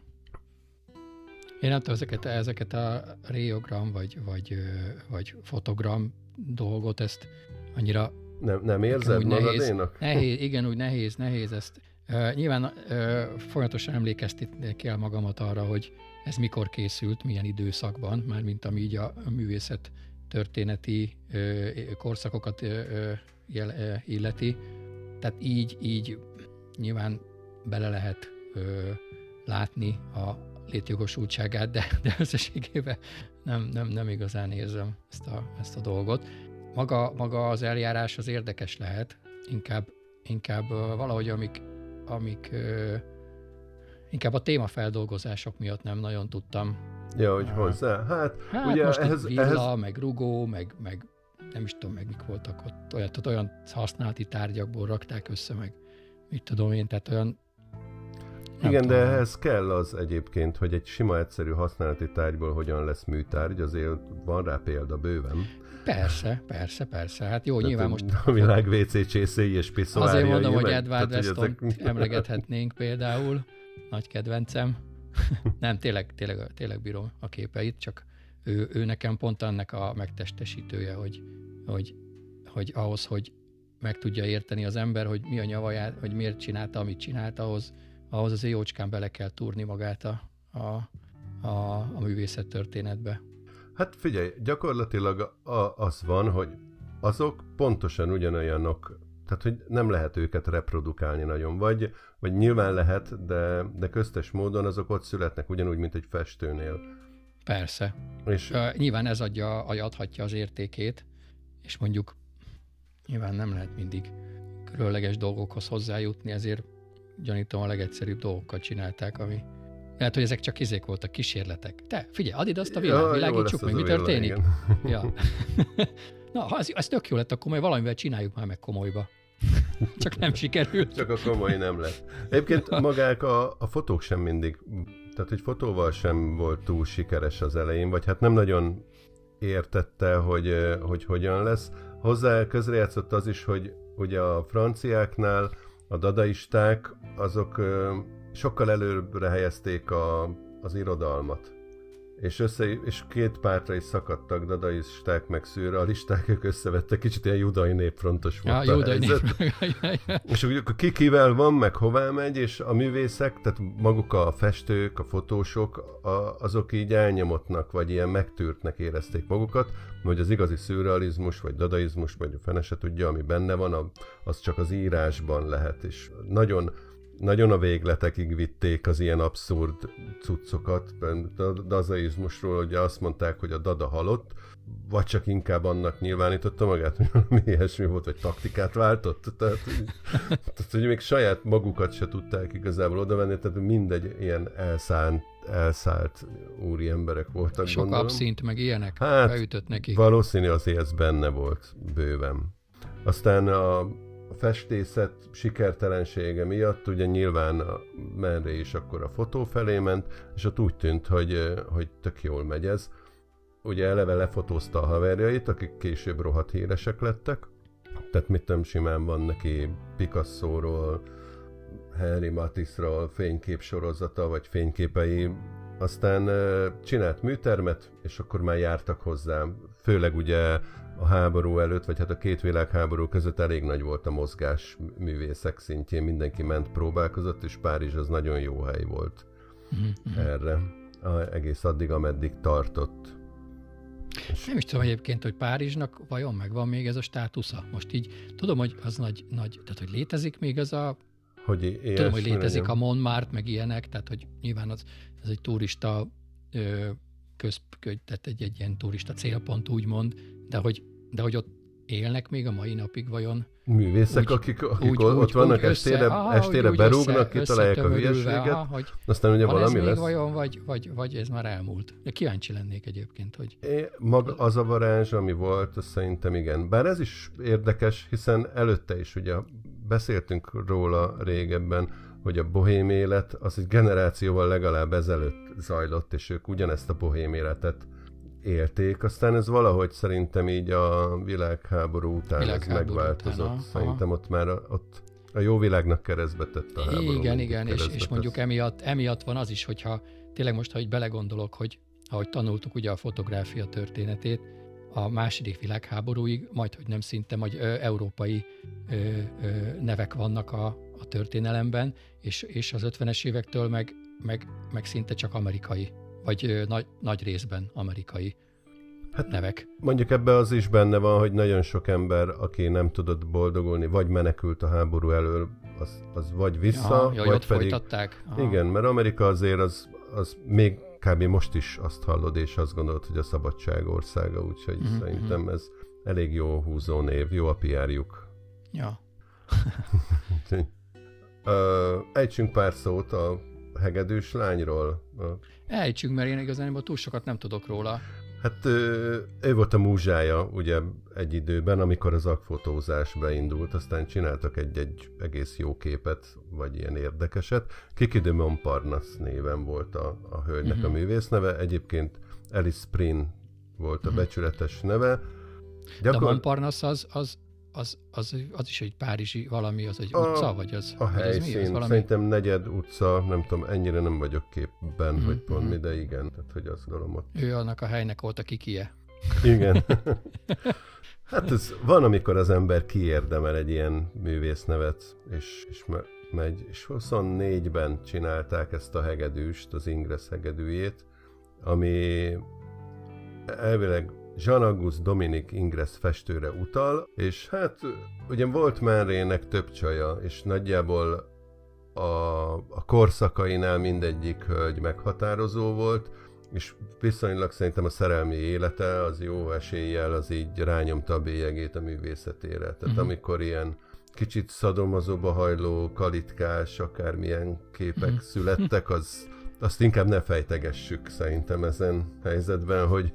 Én nem tudom, ezeket, ezeket a réogram vagy, vagy, vagy fotogram dolgot, ezt annyira... Nem, nem érzed magadénak? Nehéz, igen, úgy nehéz, nehéz ezt. Uh, nyilván uh, folyamatosan emlékeztetni kell magamat arra, hogy ez mikor készült, milyen időszakban, mármint ami így a, a művészet történeti uh, korszakokat uh, jel, uh, illeti. Tehát így, így nyilván bele lehet uh, látni a létjogosultságát, de, de összességében nem, nem, nem igazán érzem ezt a, ezt a dolgot. Maga, maga az eljárás az érdekes lehet, inkább, inkább uh, valahogy amik, amik uh, inkább a témafeldolgozások miatt nem nagyon tudtam. Ja, hogy hozzá. Hát, hát ugye most ehhez, villa, ehhez... meg rugó, meg, meg nem is tudom, meg mik voltak ott. Olyan, tehát olyan használati tárgyakból rakták össze, meg mit tudom én, tehát olyan... Igen, tudom. de ehhez kell az egyébként, hogy egy sima, egyszerű használati tárgyból hogyan lesz műtárgy, azért van rá példa bőven. Persze, persze, persze. Hát jó, tehát nyilván most... A világ vé cé csészéi és piszoárjai. Azért mondom, hogy meg, Edward Weston ezek... emlegethetnénk például. Nagy kedvencem. Nem, tényleg, tényleg, tényleg bírom a képeit, csak ő, ő nekem pont annak a megtestesítője, hogy, hogy, hogy ahhoz, hogy meg tudja érteni az ember, hogy mi a nyavaját, hogy miért csinálta, amit csinált, ahhoz, ahhoz azért jócskán bele kell túrni magát a, a, a, a művészet történetbe. Hát figyelj, gyakorlatilag a, az van, hogy azok pontosan ugyanolyanok, tehát hogy nem lehet őket reprodukálni nagyon, vagy, vagy nyilván lehet, de, de köztes módon azok ott születnek ugyanúgy, mint egy festőnél. Persze. És uh, nyilván ez adja, adhatja az értékét, és mondjuk nyilván nem lehet mindig különleges dolgokhoz hozzájutni, ezért gyanítom a legegyszerűbb dolgokat csinálták, ami lehet, hogy ezek csak izék voltak, kísérletek. Te, figyelj, add ide azt a világ, ja, világítsuk meg, mi történik. Ja. Na, ha ez, ez tök jó lett, akkor majd valamivel csináljuk már meg komolyba. Csak nem sikerült. Csak a komoly nem lett. Egyébként magák a, a fotók sem mindig, tehát hogy fotóval sem volt túl sikeres az elején, vagy hát nem nagyon értette, hogy, hogy hogyan lesz. Hozzá közrejátszott az is, hogy ugye a franciáknál a dadaisták azok sokkal előbbre helyezték a, az irodalmat. És, össze, és két pártra is szakadtak, dadaisták meg szürrealisták, ők összevettek, kicsit ilyen judai népfrontos volt ja, a helyzet. És akkor ki kivel van, meg hová megy, és a művészek, tehát maguk a festők, a fotósok, a, azok így elnyomottnak, vagy ilyen megtűrtnek érezték magukat, hogy az igazi szürrealizmus, vagy dadaizmus, vagy a fene se tudja, ami benne van, az csak az írásban lehet, és nagyon Nagyon a végletekig vitték az ilyen abszurd cuccokat. A dadaizmusról ugye azt mondták, hogy a dada halott, vagy csak inkább annak nyilvánította magát, hogy valami ilyesmi volt, vagy taktikát váltott. Tehát, tehát hogy még saját magukat se tudták igazából odavenni, tehát mindegy ilyen elszánt, elszállt úri emberek voltak. Sok gondolom. abszint, meg ilyenek hát, beütött nekik. Valószínű azért ez benne volt bőven. Aztán a A festészet sikertelensége miatt ugye nyilván a merre is akkor a fotó felé ment, és ott úgy tűnt, hogy, hogy tök jól megy ez. Ugye eleve lefotózta a haverjait, akik később rohadt híresek lettek. Tehát mit tudom, simán van neki Picasso-ról, Henri Matisse-ról fényképsorozata, vagy fényképei. Aztán csinált műtermet, és akkor már jártak hozzá. Főleg ugye a háború előtt, vagy hát a két világháború között elég nagy volt a mozgás művészek szintjén, mindenki ment, próbálkozott, és Párizs az nagyon jó hely volt mm-hmm. erre, egész addig, ameddig tartott. És nem is tudom egyébként, hogy Párizsnak vajon megvan még ez a státusza. Most így tudom, hogy az nagy, nagy tehát hogy létezik még ez a... Hogy ilyes, tudom, hogy létezik legyen. A Montmartre, meg ilyenek, tehát hogy nyilván az, ez egy turista ö, köz, tehát egy, egy ilyen turista célpont úgymond, de hogy, de hogy ott élnek még a mai napig vajon? Művészek, úgy, akik, akik úgy, ott úgy, vannak úgy estére, össze, aha, estére úgy, berúgnak, kitalálják a hülyeséget, aha, hogy aztán ugye van valami ez lesz. Vajon, vagy, vagy, vagy ez már elmúlt? De kíváncsi lennék egyébként, hogy... É, maga az a varázs, ami volt, az szerintem igen. Bár ez is érdekes, hiszen előtte is ugye beszéltünk róla régebben, hogy a bohém élet az egy generációval legalább ezelőtt zajlott, és ők ugyanezt a bohém életet élték. Aztán ez valahogy szerintem így a világháború után világháború ez megváltozott. Után, szerintem ott már a, ott a jó világnak keresztbe tett a háború. Igen, igen, és, és mondjuk emiatt, emiatt van az is, hogyha tényleg most, ha így belegondolok, hogy ahogy tanultuk ugye a fotográfia történetét, a második világháborúig majdhogy nem szinte majd ö, európai ö, ö, nevek vannak a, a történelemben, és, és az ötvenes évektől meg, meg, meg szinte csak amerikai, vagy ö, nagy, nagy részben amerikai hát nevek. Mondjuk ebbe az is benne van, hogy nagyon sok ember, aki nem tudott boldogulni, vagy menekült a háború elől, az, az vagy vissza, Aha, vagy jaj, ott pedig... folytatták. Aha. Igen, mert Amerika azért az, az még kb. Most is azt hallod, és azt gondolod, hogy a szabadság országa, úgyhogy mm-hmm. szerintem ez elég jó húzó név, jó a pé er-juk. Ja. uh, ejtsünk pár szót a hegedűs lányról. Uh. Ejtsünk, mert én igazán túl sokat nem tudok róla. Hát ő, ő volt a múzsája ugye egy időben, amikor az akfotózás beindult, aztán csináltak egy-egy egész jó képet, vagy ilyen érdekeset. Kiki de Montparnasse néven volt a, a hölgynek uh-huh. a művész neve, egyébként Alice Prin volt a uh-huh. becsületes neve. Gyakor... De Montparnasse az, az, az, az, az is egy párizsi valami, az egy a, utca, vagy az? A helyszín, az valami... szerintem negyed utca, nem tudom, ennyire nem vagyok képben, uh-huh. hogy pont mi, de igen, tehát hogy azt gondolom ott. Ő annak a helynek volt a Kikie. Igen. Hát ez van, amikor az ember kiérdemel egy ilyen művésznevet, és, és me, megy, és huszonnégyben csinálták ezt a hegedűst, az Ingress hegedűjét, ami elvileg Jean-Auguste Dominique Ingress festőre utal, és hát ugye volt Manrének több csaja, és nagyjából a, a korszakainál mindegyik hölgy meghatározó volt, és viszonylag szerintem a szerelmi élete az jó eséllyel az így rányomta a bélyegét a művészetére. Tehát uh-huh. amikor ilyen kicsit szadomazóba hajló, kalitkás, akármilyen képek uh-huh. születtek, az, azt inkább ne fejtegessük szerintem ezen helyzetben, hogy,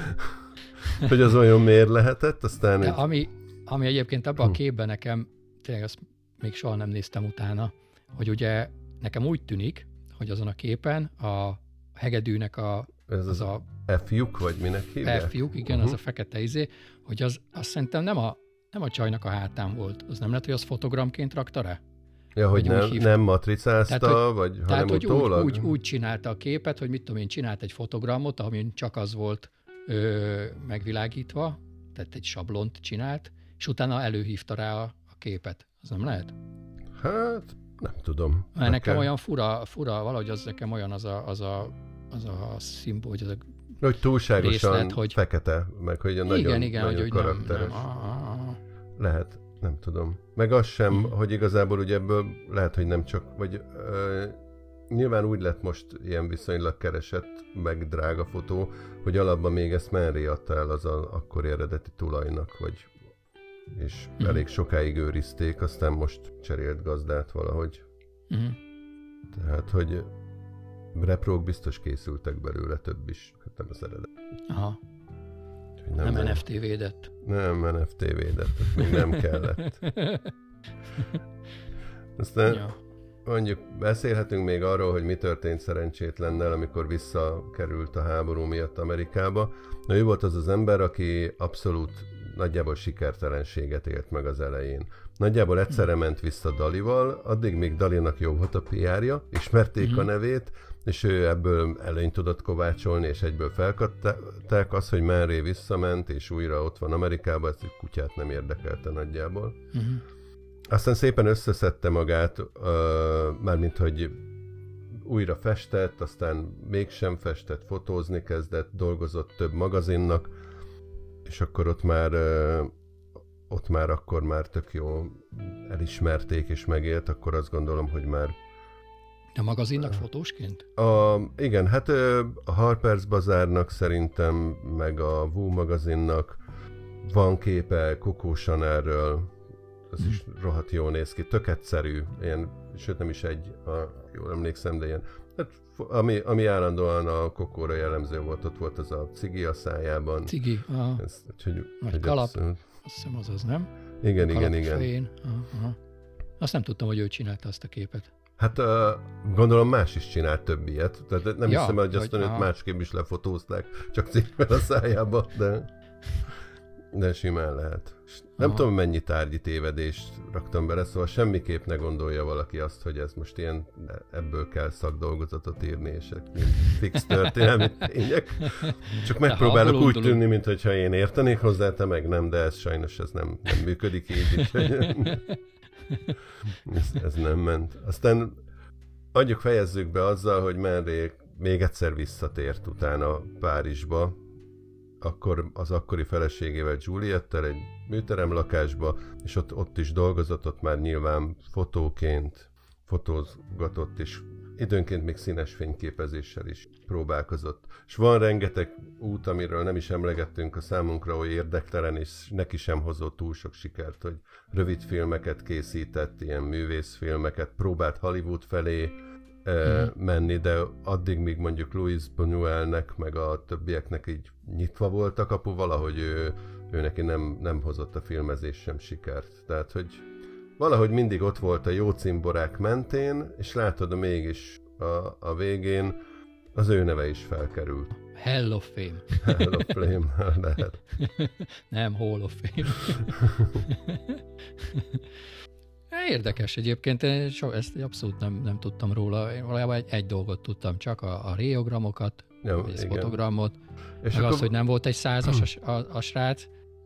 hogy az olyan miért lehetett. Aztán egy... egy... ami, ami egyébként abban a képben nekem, tényleg azt még soha nem néztem utána, hogy ugye nekem úgy tűnik, hogy azon a képen a hegedűnek a... Ez az, az a... F-lyuk, vagy minek hívják? F-lyuk, igen, uh-huh. az a fekete izé, hogy az azt szerintem nem a, nem a csajnak a hátán volt. Az nem lehet, hogy az fotogramként rakta rá? Ja, hogy nem, nem matricázta, tehát, hogy, vagy tehát, hanem hogy utólag? Úgy, úgy, úgy csinálta a képet, hogy mit tudom én, csinált egy fotogramot, amin csak az volt ö, megvilágítva, tehát egy sablont csinált, és utána előhívta rá a, a képet. Az nem lehet? Hát, nem tudom. Mert nekem kell. olyan fura, fura, valahogy az nekem olyan az a, az a, az a szimbol, hogy az a hogy túlságosan részlet, hogy... fekete, meg hogy nagyon, igen, igen, nagyon hogy karakteres. Nem, nem. Lehet, nem tudom. Meg az sem, hmm. hogy igazából ugye ebből lehet, hogy nem csak, vagy uh, nyilván úgy lett most ilyen viszonylag keresett, meg drága fotó, hogy alapban még ezt Manré adta el az a akkori eredeti tulajnak, vagy és hmm. elég sokáig őrizték, aztán most cserélt gazdát valahogy. Hmm. Tehát, hogy reprók biztos készültek belőle több is, hát nem az eredet. Aha. Nem, nem en ef té védett. Nem en ef té védett, még nem kellett. Aztán ja. mondjuk beszélhetünk még arról, hogy mi történt szerencsétlennel, amikor visszakerült a háború miatt Amerikába. Na, ő volt az az ember, aki abszolút nagyjából sikertelenséget élt meg az elején. Nagyjából egyszerre ment vissza Dalival, addig még Dalinak jó volt a pé er-ja, ismerték mm-hmm. a nevét, és ő ebből előnyt tudott kovácsolni, és egyből felkatták. Az, hogy Manré visszament, és újra ott van Amerikában, ezt egy kutyát nem érdekelte nagyjából. Uh-huh. Aztán szépen összeszedte magát, uh, mármint, hogy újra festett, aztán mégsem festett, fotózni kezdett, dolgozott több magazinnak, és akkor ott már, uh, ott már akkor már tök jó elismerték és megélt, akkor azt gondolom, hogy már a magazinnak fotósként? A, igen, hát a Harper's Bazaarnak szerintem, meg a Wu magazinnak van képe Coco Chanelről, az hmm. is rohadt jól néz ki, tök egyszerű, ilyen, sőt nem is egy, a, jól emlékszem, de ilyen, hát, ami, ami állandóan a Coco-ra jellemző volt, ott volt az a cigi a szájában. Cigi, aha. Ez, hogy, Nagy hogy kalap, abszolút... azt hiszem az az, nem? Igen, igen, igen. Fején. Aha. Azt nem tudtam, hogy ő csinálta azt a képet. Hát uh, gondolom más is csinált több ilyet, tehát nem ja, hiszem, hogy azt őt másképp is lefotózták, csak címmel a szájába, de, de simán lehet. Nem aha. tudom, mennyi tárgyi tévedést raktam bele, szóval semmiképp ne gondolja valaki azt, hogy ez most ilyen, ebből kell szakdolgozatot írni, és fix történelmi tények. Csak megpróbálok úgy tűnni, mintha én értenék hozzá, te meg nem, de ez sajnos ez nem, nem működik így. ez, ez nem ment. Aztán adjuk fejezzük be azzal, hogy Manré még egyszer visszatért utána Párizsba, akkor az akkori feleségével, Juliettel egy műterem lakásba, és ott, ott is dolgozott, ott már nyilván fotóként fotózgatott, és időnként még színes fényképezéssel is próbálkozott. És van rengeteg út, amiről nem is emlegettünk, a számunkra oly érdektelen, és neki sem hozott túl sok sikert, hogy rövid filmeket készített, ilyen művészfilmeket, próbált Hollywood felé eh, mm. menni, de addig, míg mondjuk Louis Buñuelnek, meg a többieknek így nyitva volt a kapu, valahogy ő, ő neki nem, nem hozott a filmezés sem sikert. Tehát, hogy valahogy mindig ott volt a jó cimborák mentén, és látod, mégis a, a végén az ő neve is felkerült. Hell of Fame. Hell of Fame, lehet. Nem, Hall of Fame. Érdekes egyébként, so, ezt abszolút nem, nem tudtam róla. Én valójában egy, egy dolgot tudtam, csak a, a réogramokat, ja, vagy a fotogramot, és meg akkor... az, hogy nem volt egy százas a, a, a srác,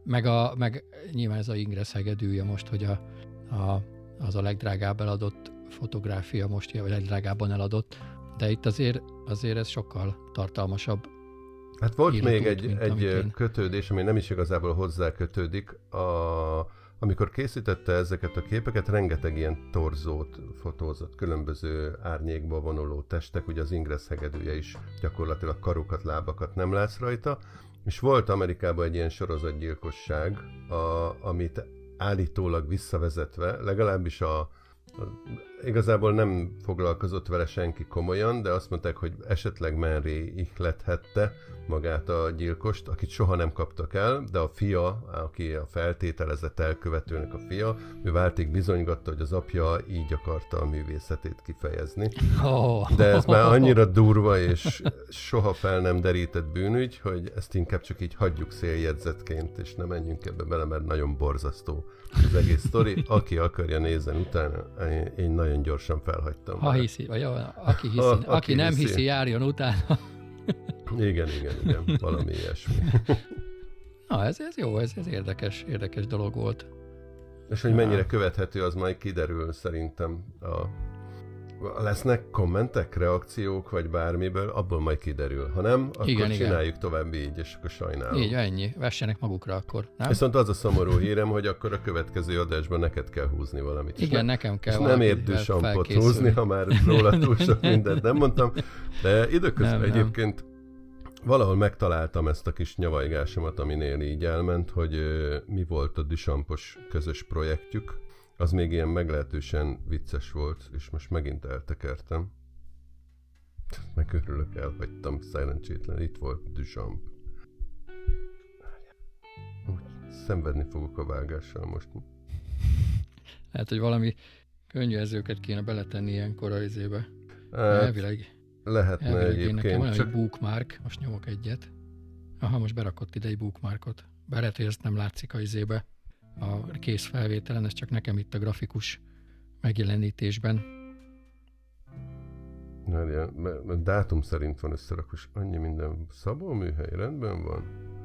Meg, a, meg nyilván ez a Ingres hegedűje most, hogy a, a, az a legdrágább eladott fotográfia most, vagy legdrágábban eladott, de itt azért, azért ez sokkal tartalmasabb. Hát volt iratót, még egy, egy én... kötődés, ami nem is igazából hozzá kötődik. A, amikor készítette ezeket a képeket, rengeteg ilyen torzót fotózott, különböző árnyékba vonuló testek, ugye az Ingres hegedűje is gyakorlatilag karokat, lábakat nem látsz rajta, és volt Amerikában egy ilyen sorozatgyilkosság, a, amit állítólag visszavezetve, legalábbis a igazából nem foglalkozott vele senki komolyan, de azt mondták, hogy esetleg Manray ihlethette magát a gyilkost, akit soha nem kaptak el, de a fia, aki a feltételezett elkövetőnek a fia, ő váltig bizonygatta, hogy az apja így akarta a művészetét kifejezni. Oh. De ez már annyira durva és soha fel nem derített bűnügy, hogy ezt inkább csak így hagyjuk széljegyzetként, és nem menjünk ebbe bele, mert nagyon borzasztó az egész sztori. Aki akarja nézzen utána, én nagyon gyorsan felhagytam. Ha vele. hiszi, vagy aki hiszi, Ha, aki, aki nem hiszi. hiszi, járjon utána. Igen, igen, igen, valami ilyesmi. Na, ez, ez jó, ez, ez érdekes, érdekes dolog volt. És hogy mennyire követhető, az majd kiderül szerintem. A... Lesznek kommentek, reakciók, vagy bármiből, abból majd kiderül. Ha nem, akkor Igen, csináljuk igen. tovább így, és akkor sajnálom. Így, ennyi. Vessenek magukra akkor, nem? Viszont az a szomorú hírem, hogy akkor a következő adásban neked kell húzni valamit. És Igen, ne, nekem kell és nem ér Duchampot húzni, ha már róla túl sok mindent nem mondtam. De időközben Nem, egyébként valahol megtaláltam ezt a kis nyavajgásomat, aminél így elment, hogy ö, mi volt a Duchampos közös projektjük. Az még ilyen meglehetősen vicces volt, és most megint eltekertem. Megörülök, elhagytam szerencsétlen. Itt volt Duchamp. Úgy szenvedni fogok a vágással most. Lehet, hogy valami könyvezőket kéne beletenni ilyenkor a izébe. Hát, Elvileg. lehetne Elvileg én nekem egyébként. van Csak... egy bookmark, most nyomok egyet. Aha, most berakott ide egy bookmarkot. Bár lehet, hogy ezt nem látszik a izébe. A kész felvételen, ez csak nekem itt a grafikus megjelenítésben. Várjál, mert, mert dátum szerint van összerakva, és annyi minden. Szabó műhely, rendben van?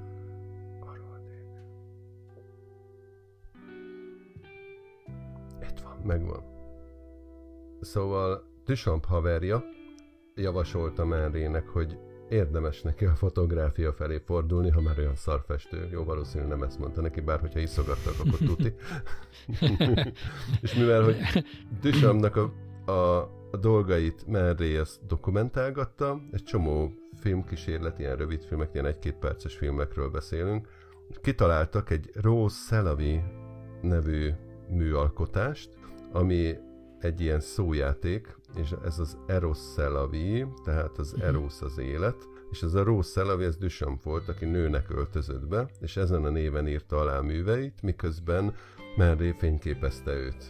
Itt van, megvan. Szóval Duchamp haverja javasolta Manraynek, hogy érdemes neki a fotográfia felé fordulni, ha már olyan szarfestő. Jó, valószínűleg nem ezt mondta neki, bár hogyha iszogattak, akkor tuti. És mivel, hogy Duchampnak a, a, a dolgait Manray ezt dokumentálgatta, egy csomó filmkísérlet, ilyen rövid filmek, ilyen egy-két perces filmekről beszélünk, kitaláltak egy Rose Selavi nevű műalkotást, ami egy ilyen szójáték, és ez az Eros Selavi, tehát az Eros az élet, és ez a Rose Selavi, ez Duchamp volt, aki nőnek öltözött be, és ezen a néven írta alá műveit, miközben Manray fényképezte őt.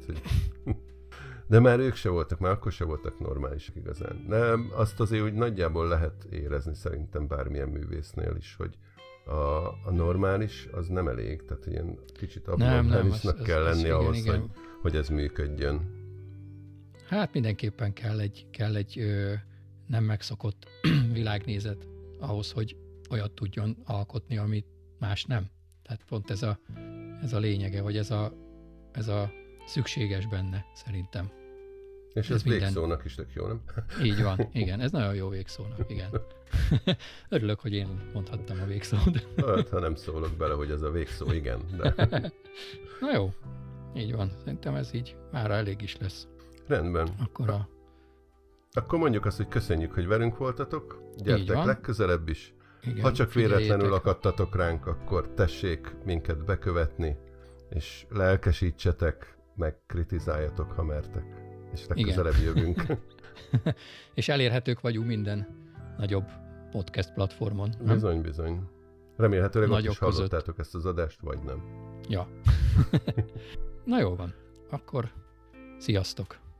De már ők se voltak, már akkor se voltak normálisak igazán. De azt azért úgy nagyjából lehet érezni szerintem bármilyen művésznél is, hogy a, a normális az nem elég, tehát ilyen kicsit abnormálisnak kell lenni igen, ahhoz, igen. Hogy, hogy ez működjön. Hát mindenképpen kell egy, kell egy ö, nem megszokott világnézet ahhoz, hogy olyat tudjon alkotni, amit más nem. Tehát pont ez a, ez a lényege, vagy ez a, ez a szükséges benne, szerintem. És ez, ez végszónak minden... is tök jó, nem? Így van, igen, ez nagyon jó végszónak, igen. Örülök, hogy én mondhattam a végszót. Hát, ha nem szólok bele, hogy ez a végszó, igen. De... Na jó, így van, szerintem ez így mára elég is lesz. Rendben. Akkor a... Akkor mondjuk azt, hogy köszönjük, hogy velünk voltatok. Gyertek legközelebb is. Igen, ha csak véletlenül akadtatok ránk, akkor tessék minket bekövetni, és lelkesítsetek, meg kritizáljatok, ha mertek. És legközelebb igen. jövünk. És elérhetők vagyunk minden nagyobb podcast platformon. Nem? Bizony, bizony. Remélhetőleg nagyobb ott is hallottátok ezt az adást, vagy nem. Ja. Na jó van. Akkor sziasztok!